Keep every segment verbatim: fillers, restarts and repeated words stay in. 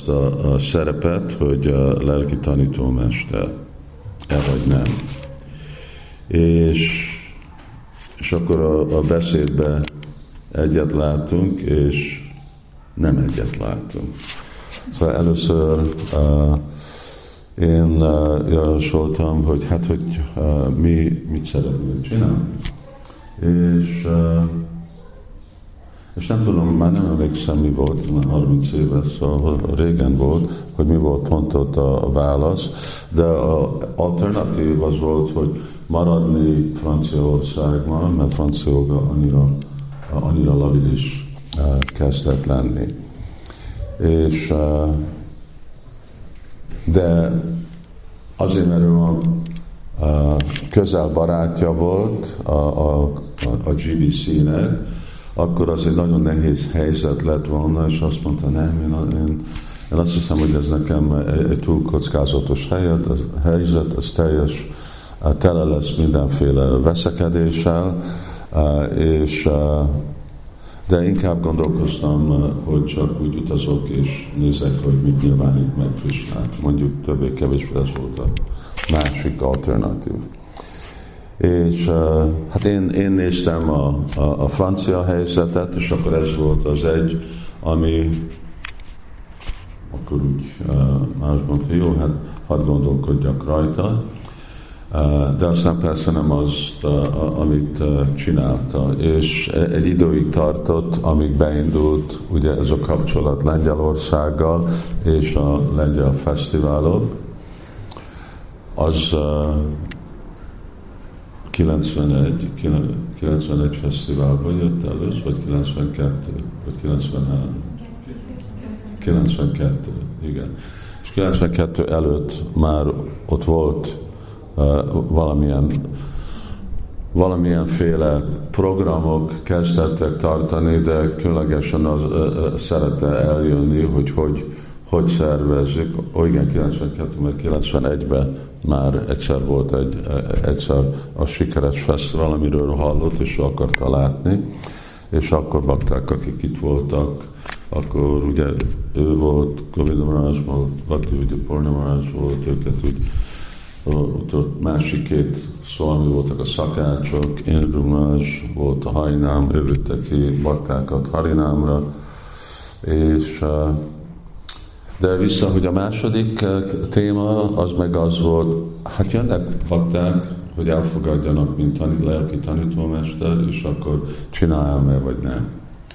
azt a, a szerepet, hogy a lelki tanítómester, e vagy nem. És, és akkor a, a beszédbe egyet látunk, és nem egyet látunk. Szóval először uh, én uh, javasoltam, hogy hát, hogy uh, mi mit szeretnénk csinálni. És, uh, és nem tudom, már nem emlékszem, mi volt, már harminc éves, szóval régen volt, hogy mi volt pont ott a, a válasz, de az alternatív az volt, hogy maradni Franciaországban, mert Franciaország annyira, annyira labilis uh, kezdett lenni. És, uh, de azért, mert ő a, a közel barátja volt a, a, a gé bé cé-nek, akkor az egy nagyon nehéz helyzet lett volna, és azt mondta, nem, én, én, én azt hiszem, hogy ez nekem egy, egy túl kockázatos helyet, ez, helyzet, ez teljes, tele lesz mindenféle veszekedéssel, és de inkább gondolkoztam, hogy csak úgy utazok és nézek, hogy mit nyilvánít meg Krisnát. Mondjuk többé-kevésbé ez volt a másik alternatív. És hát én, én néztem a, a, a francia helyzetet, és akkor ez volt az egy, ami akkor úgy más mondta, jó, hát hadd gondolkodjak rajta, de aztán persze nem azt, amit csinálta. És egy időig tartott, amíg beindult ugye ez a kapcsolat Lengyelországgal és a lengyel fesztiválok. Az kilencvenegy, kilencvenegy fesztiválban jött először, vagy kilencvenkettő, vagy kilencvenhárom? kilencvenkettő, igen. És kilencvenkettő előtt már ott volt uh, valamilyen valamilyenféle programok kezdettek tartani, de különlegesen az uh, szerette eljönni, hogy hogy, hogy szervezzük. Ó, igen, kilencvenkettő, mert kilencvenegyben már egyszer volt egy, egyszer a sikeres fesztivál, amiről hallott, és akarta látni, és akkor bakták, akik itt voltak, akkor ugye ő volt, Govinda Maharaj volt, Bhakti Vidya Purna Maharaj volt, őket úgy, ott, ott másik két szolmi voltak a szakácsok, Indru Maharaj volt a Harinám, ő vitte ki baktákat Harinámra, és de vissza, hogy a második téma, az meg az volt, hát jönnek bakták, hogy elfogadjanak, mint tanít, lelki tanítómester, és akkor csináljam-e, vagy nem.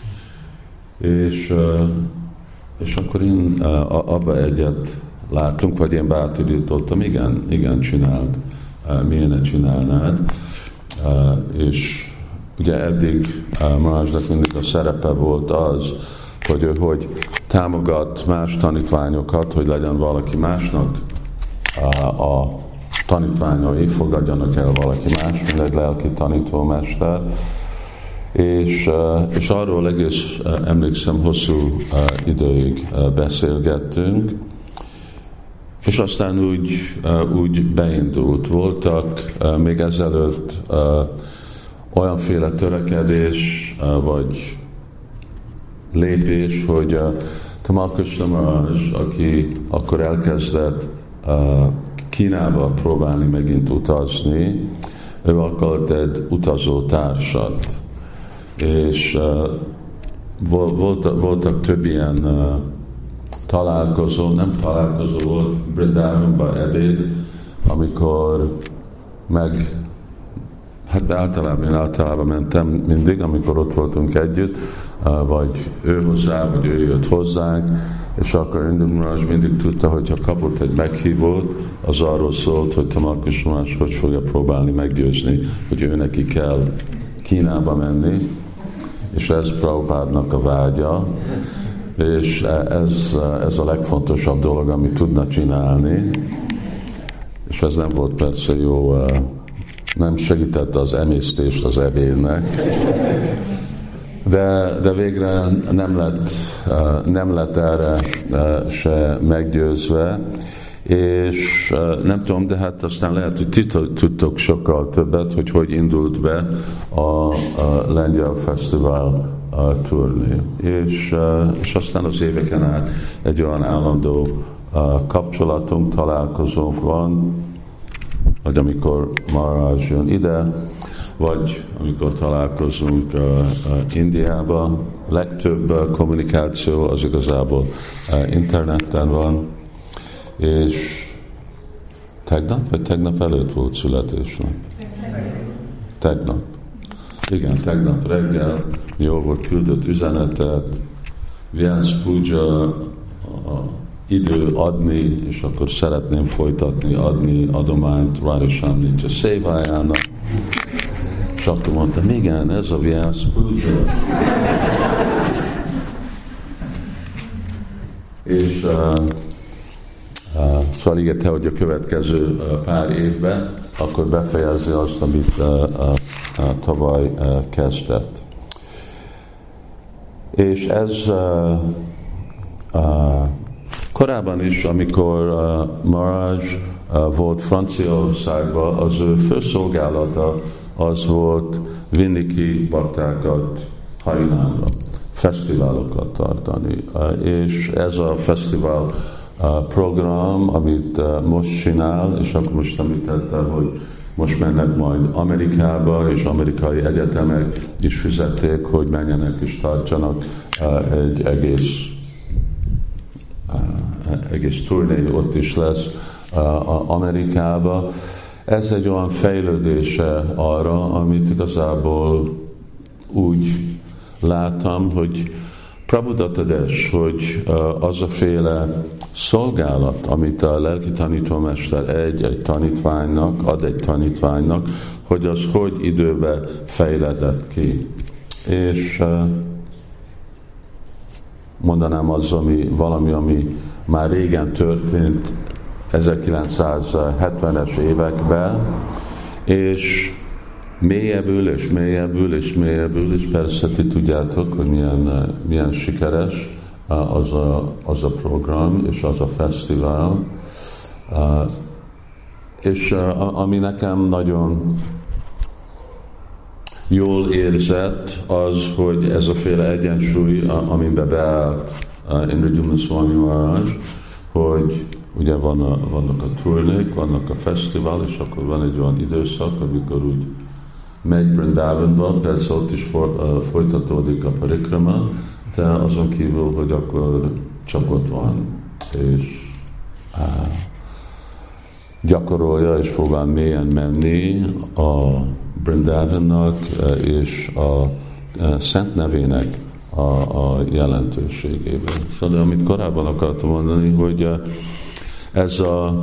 És, és akkor én abba egyet látunk, vagy én bátorítottam, igen, igen, csináld, milyen csinálnád. És ugye eddig Maharajnak mindig a szerepe volt az, hogy ő hogy támogat más tanítványokat, hogy legyen valaki másnak a, a tanítványai, fogadjanak el valaki más, mint egy lelki tanítómester. És, és arról egész emlékszem, hosszú időig beszélgettünk, és aztán úgy, úgy beindult. Voltak még ezelőtt olyanféle törekedés, vagy lépés, hogy uh, Tamal Krishna Maharaj, aki akkor elkezdett uh, Kínába próbálni megint utazni, ő akart egy utazó társat. És uh, voltak, voltak több ilyen uh, találkozó, nem találkozó volt, Brindavanban ebéd, amikor meg hát általában, én általában mentem mindig, amikor ott voltunk együtt, vagy ő hozzá, vagy ő jött hozzánk, és akkor Indru Maharaj mindig tudta, hogy ha kapott egy meghívót, az arról szólt, hogy Tamal Krishna Maharaj hogy fogja próbálni meggyőzni, hogy ő neki kell Kínába menni, és ez Prabhupádnak a vágya, és ez, ez a legfontosabb dolog, amit tudna csinálni, és ez nem volt persze jó, nem segítette az emésztést az ebédnek, de, de végre nem lett, nem lett erre se meggyőzve, és nem tudom, de hát aztán lehet, hogy ti tudtok sokkal többet, hogy hogy indult be a, a Lengyel Fesztivál uh, turni. És, uh, és aztán az éveken át egy olyan állandó uh, kapcsolatunk, találkozónk van, vagy amikor Maharaj jön ide, vagy amikor találkozunk uh, uh, Indiába. Legtöbb uh, kommunikáció az igazából uh, interneten van, és tegnap, vagy tegnap előtt volt születésnap? Tegnap. Igen, tegnap reggel jól volt, küldött üzenetet, Vyász Puja, idő adni, és akkor szeretném folytatni, adni adományt Radharani Nitya Szévájának. És akkor mondtam, igen, ez a Vyász Puja. és uh, uh, szóval ígérte, hogy a következő uh, pár évben akkor befejezi azt, amit uh, uh, uh, tavaly uh, kezdett. És ez uh, uh, korábban is, amikor uh, Maharaj uh, volt Franciaországban, az ő főszolgálata az volt vinni ki baktákat Harinamra, fesztiválokat tartani. Uh, és ez a fesztivál uh, program, amit uh, most csinál, és akkor most említettem, hogy most mennek majd Amerikába, és amerikai egyetemek is fizették, hogy menjenek és tartsanak uh, egy egész uh, egész turné ott is lesz uh, Amerikába. Ez egy olyan fejlődése arra, amit igazából úgy láttam, hogy Prabhupada-des, hogy uh, az a féle szolgálat, amit a lelki tanítómester egy, egy tanítványnak, ad egy tanítványnak, hogy az hogy időbe fejledett ki. És uh, mondanám az, ami, valami, ami már régen történt ezerkilencszázhetvenes években, és mélyebbül és mélyebbül és mélyebbül, és persze ti tudjátok, hogy milyen, milyen sikeres az a, az a program és az a fesztivál. És ami nekem nagyon jól érzett, az, hogy ez a féle egyensúly, amiben beállt Indradyumna Swami Maharaj, hogy ugye van a, vannak a turnék, vannak a fesztivál, és akkor van egy olyan időszak, amikor úgy megy Vrindavanba, persze ott is for, uh, folytatódik a parikrama, de azon kívül, hogy akkor csak ott van, és uh, gyakorolja, és próbál mélyen menni a Vrindavannak uh, és a uh, Szent nevének a, a jelentőségében. Szóval, de amit korábban akartam mondani, hogy uh, ez a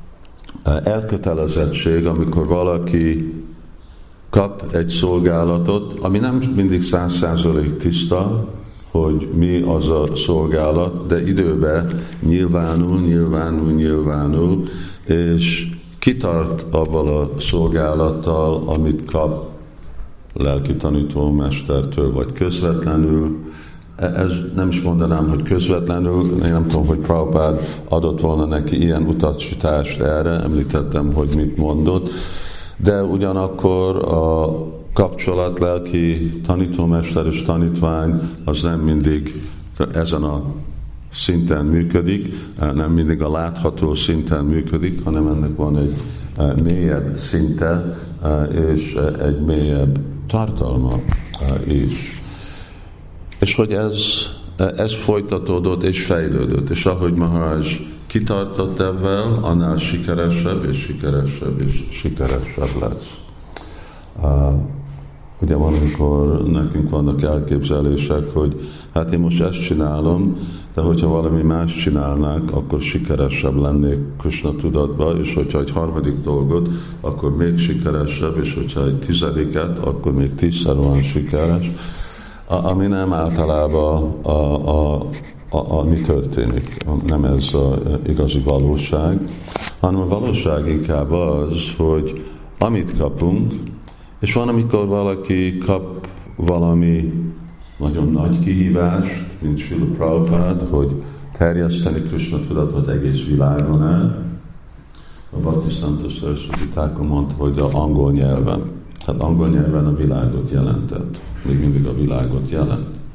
elkötelezettség, amikor valaki kap egy szolgálatot, ami nem mindig száz százalék tiszta, hogy mi az a szolgálat, de időben nyilvánul, nyilvánul, nyilvánul, és kitart avval a szolgálattal, amit kap lelki tanítómestertől, vagy közvetlenül. Ez nem is mondanám, hogy közvetlenül, én nem tudom, hogy Prabhupád adott volna neki ilyen utasítást erre, említettem, hogy mit mondott, de ugyanakkor a kapcsolat lelki tanítómester és tanítvány az nem mindig ezen a szinten működik, nem mindig a látható szinten működik, hanem ennek van egy mélyebb szinte és egy mélyebb tartalma is. És hogy ez, ez folytatódott és fejlődött, és ahogy Maharaj kitartott ebben, annál sikeresebb és sikeresebb és sikeresebb lesz. Uh, ugye van, amikor nekünk vannak elképzelések, hogy hát én most ezt csinálom, de hogyha valami más csinálnák, akkor sikeresebb lennék Krishna tudatba, és hogyha egy harmadik dolgot, akkor még sikeresebb, és hogyha egy tizediket, akkor még tízszer olyan sikeres, ami nem általában a, a, a, a, mi történik. Nem ez az igazi valóság, hanem a valóság inkább az, hogy amit kapunk, és van, amikor valaki kap valami nagyon nagy kihívást, mint Srila Prabhupád, hogy terjeszteni Krishna tudatot egész világon el. A Bhaktisztanta Saraswati Thakur mondta, hogy a angol nyelven. Tehát angol nyelven a világot jelentett. Még mindig a világot jelent.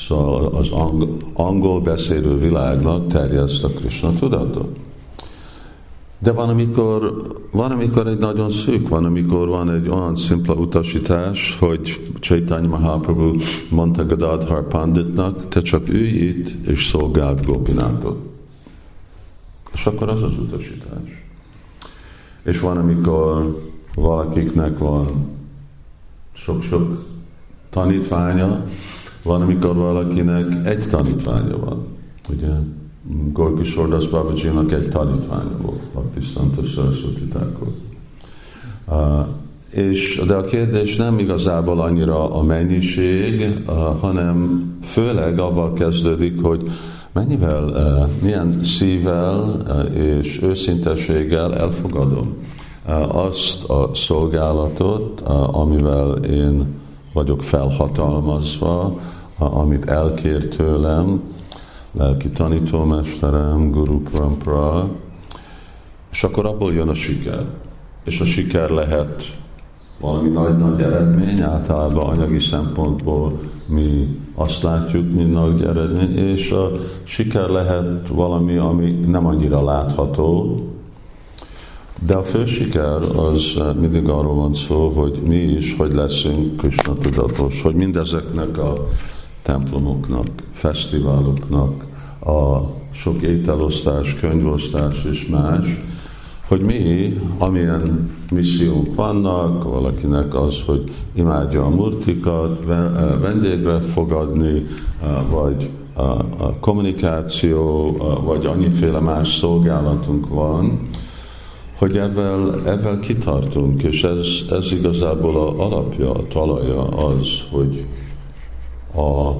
Szóval az angol, angol beszélő világnak terjeszt a Krishna tudatot. De van amikor, van, amikor egy nagyon szűk, van, amikor van egy olyan szimpla utasítás, hogy Chaitanya Mahaprabhu mondta Gadadhar Panditnak, te csak ülj itt, és szolgáld Gopinathot. És akkor az az utasítás. És van, amikor valakiknek van sok-sok tanítványa, van, amikor valakinek egy tanítványa van. Ugye Gaura Kishora Das Babajinak egy tanítványa volt, Bhaktisiddhanta Saraswati Thakur. Uh, és, de a kérdés nem igazából annyira a mennyiség, uh, hanem főleg avval kezdődik, hogy mennyivel, uh, milyen szívvel uh, és őszintességgel elfogadom uh, azt a szolgálatot, uh, amivel én vagyok felhatalmazva, uh, amit elkér tőlem, lelki tanítómesterem, Guru Parampara, és akkor abból jön a siker. És a siker lehet valami nagy-nagy eredmény, általában anyagi szempontból mi azt látjuk, mint nagy eredmény, és a siker lehet valami, ami nem annyira látható, de a fő siker az mindig arról van szó, hogy mi is, hogy leszünk Krishna tudatos, hogy mindezeknek a templomoknak, fesztiváloknak, a sok ételosztás, könyvosztás és más, hogy mi, amilyen missziók vannak, valakinek az, hogy imádja a murtikat, vendégre fogadni, vagy a kommunikáció, vagy annyiféle más szolgálatunk van, hogy ebben, ebben kitartunk, és ez, ez igazából a alapja, a talaja az, hogy a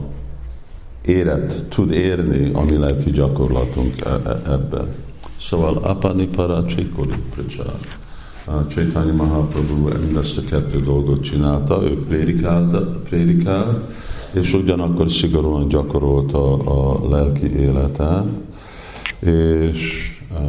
éret tud érni a mi lelki gyakorlatunk ebben. Szóval Apanipara Csikori Pricsár. Chaitanya Mahaprabhu mindezt a kettő dolgot csinálta, ő prédikált, és ugyanakkor szigorúan gyakorolta a lelki életet, és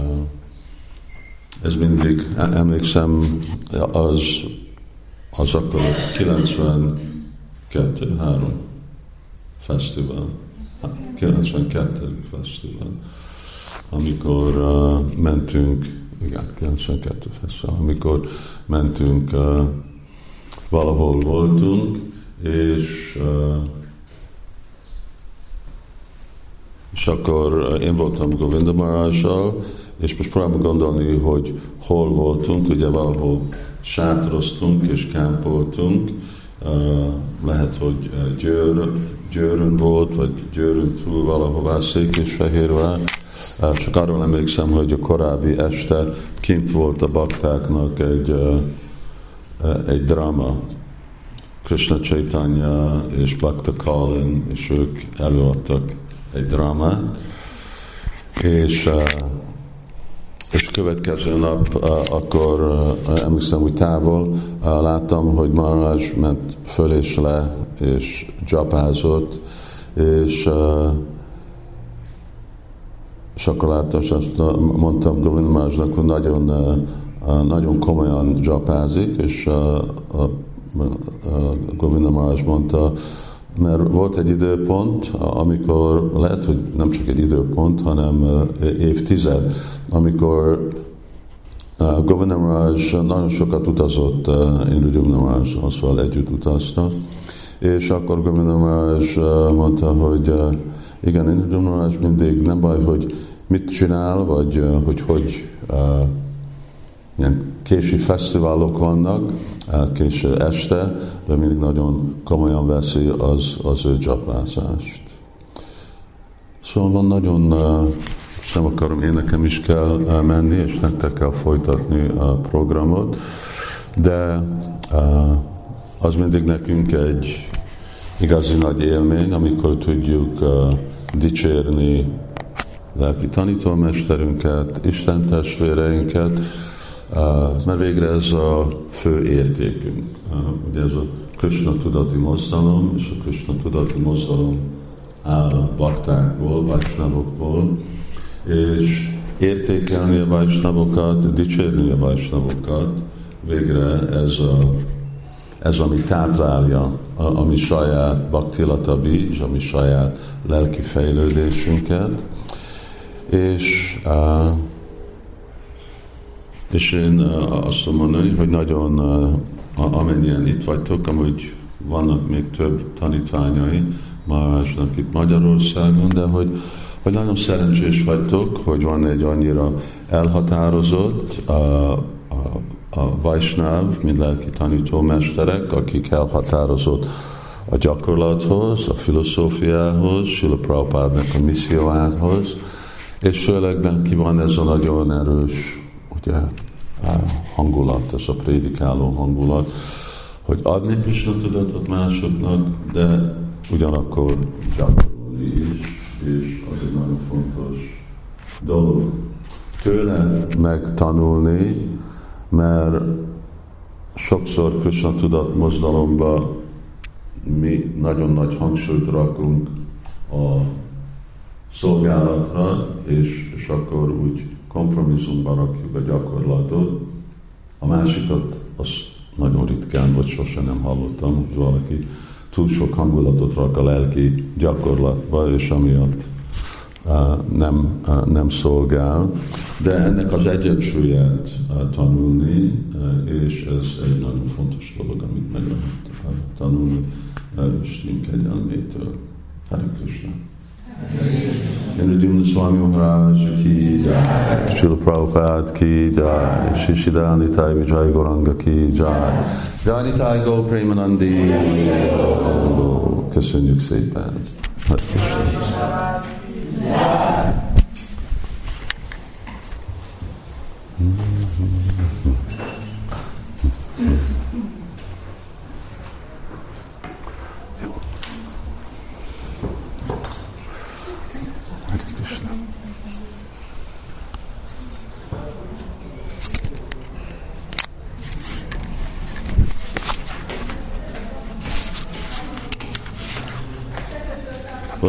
ez mindig, emlékszem, az, az akkor kilencvenkettő három fesztivál, kilencvenkettő fesztivál, amikor uh, mentünk, igen, kilencvenkettő fesztivál, amikor mentünk, uh, valahol voltunk, és uh, és akkor én voltam Govinda Maharajjal, és most próbálom gondolni, hogy hol voltunk, ugye valahol sátroztunk és kámpoltunk, uh, lehet, hogy Győr, Győrön volt, vagy Győrön túl valahová Székesfehérvár. Uh, csak arról emlékszem, hogy a korábbi este kint volt a baktáknak egy, uh, egy drama. Krishna Chaitanya és Bhakta Kalin, és ők előadtak egy drámát, és, uh, és következő nap uh, akkor uh, emlékszem, hogy távol uh, láttam, hogy Maharaj ment föl és le, és dzsapázott, és, uh, és akkor láttam, és azt mondtam Govinda Maharajnak, hogy nagyon, uh, nagyon komolyan dzsapázik, és uh, uh, uh, Govinda Maharaj mondta, mert volt egy időpont, amikor lehet, hogy nem csak egy időpont, hanem évtized, amikor uh, Govinda Maharaj nagyon sokat utazott, uh, Indra Maharajjal, szóval együtt utaztak, és akkor Govinda Maharaj uh, mondta, hogy uh, igen, Indra Maharaj mindig nem baj, hogy mit csinál, vagy uh, hogy hogy uh, ilyen kési fesztiválok vannak, késő este, de mindig nagyon komolyan veszi az, az ő dzsapázást. Szóval van nagyon, nem akarom, én nekem is kell menni, és nektek kell folytatni a programot, de az mindig nekünk egy igazi nagy élmény, amikor tudjuk dicsérni lelki tanítómesterünket, Isten testvéreinket, Uh, mert végre ez a fő értékünk. Uh, ugye ez a Krishna tudati mozdalom, és a Krishna tudati mozdalom áll a baktákból, vajsnavokból, és értékelni a vajsnavokat, dicsérni a vajsnavokat, végre ez a, ez ami táplálja a, a mi saját bhaktilata bij, a mi saját lelki fejlődésünket, és, uh, és én uh, azt mondom, hogy nagyon, uh, amennyien itt vagytok, amúgy vannak még több tanítványai Maharajnak itt Magyarországon, de hogy, hogy nagyon szerencsés vagytok, hogy van egy annyira elhatározott a, a, a Vaisnáv, mint lelki tanítómesterek, akik elhatározott a gyakorlathoz, a filozófiához, Srila Prabhupádnak a misszióához, és főleg neki van ez a nagyon erős ugye, hangulat, ez a prédikáló hangulat, hogy adni Krishna tudatot másoknak, de ugyanakkor gyakorolni is, és az egy nagyon fontos dolog. Tőle megtanulni, mert sokszor Krishna tudat mozdalomba mi nagyon nagy hangsúlyt rakunk a szolgálatra, és, és akkor úgy kompromisszumban rakjuk a gyakorlatot. A másikat azt nagyon ritkán, vagy sosem nem hallottam, hogy valaki túl sok hangulatot rak a lelki gyakorlatba, és amiatt uh, nem, uh, nem szolgál. De ennek az egyensúlyát uh, tanulni, uh, és ez egy nagyon fontos dolog, amit meg lehet uh, tanulni uh, Sri kegyelmétől. Hare Krishna. Indradumna Swami Maharaj ki jai, Srila Prabhupada ki jai, Shri Siddhar Nitai Vijay Gauranga ki jai, Jai Nitai Gaur Premanandi. Köszönjük szépen!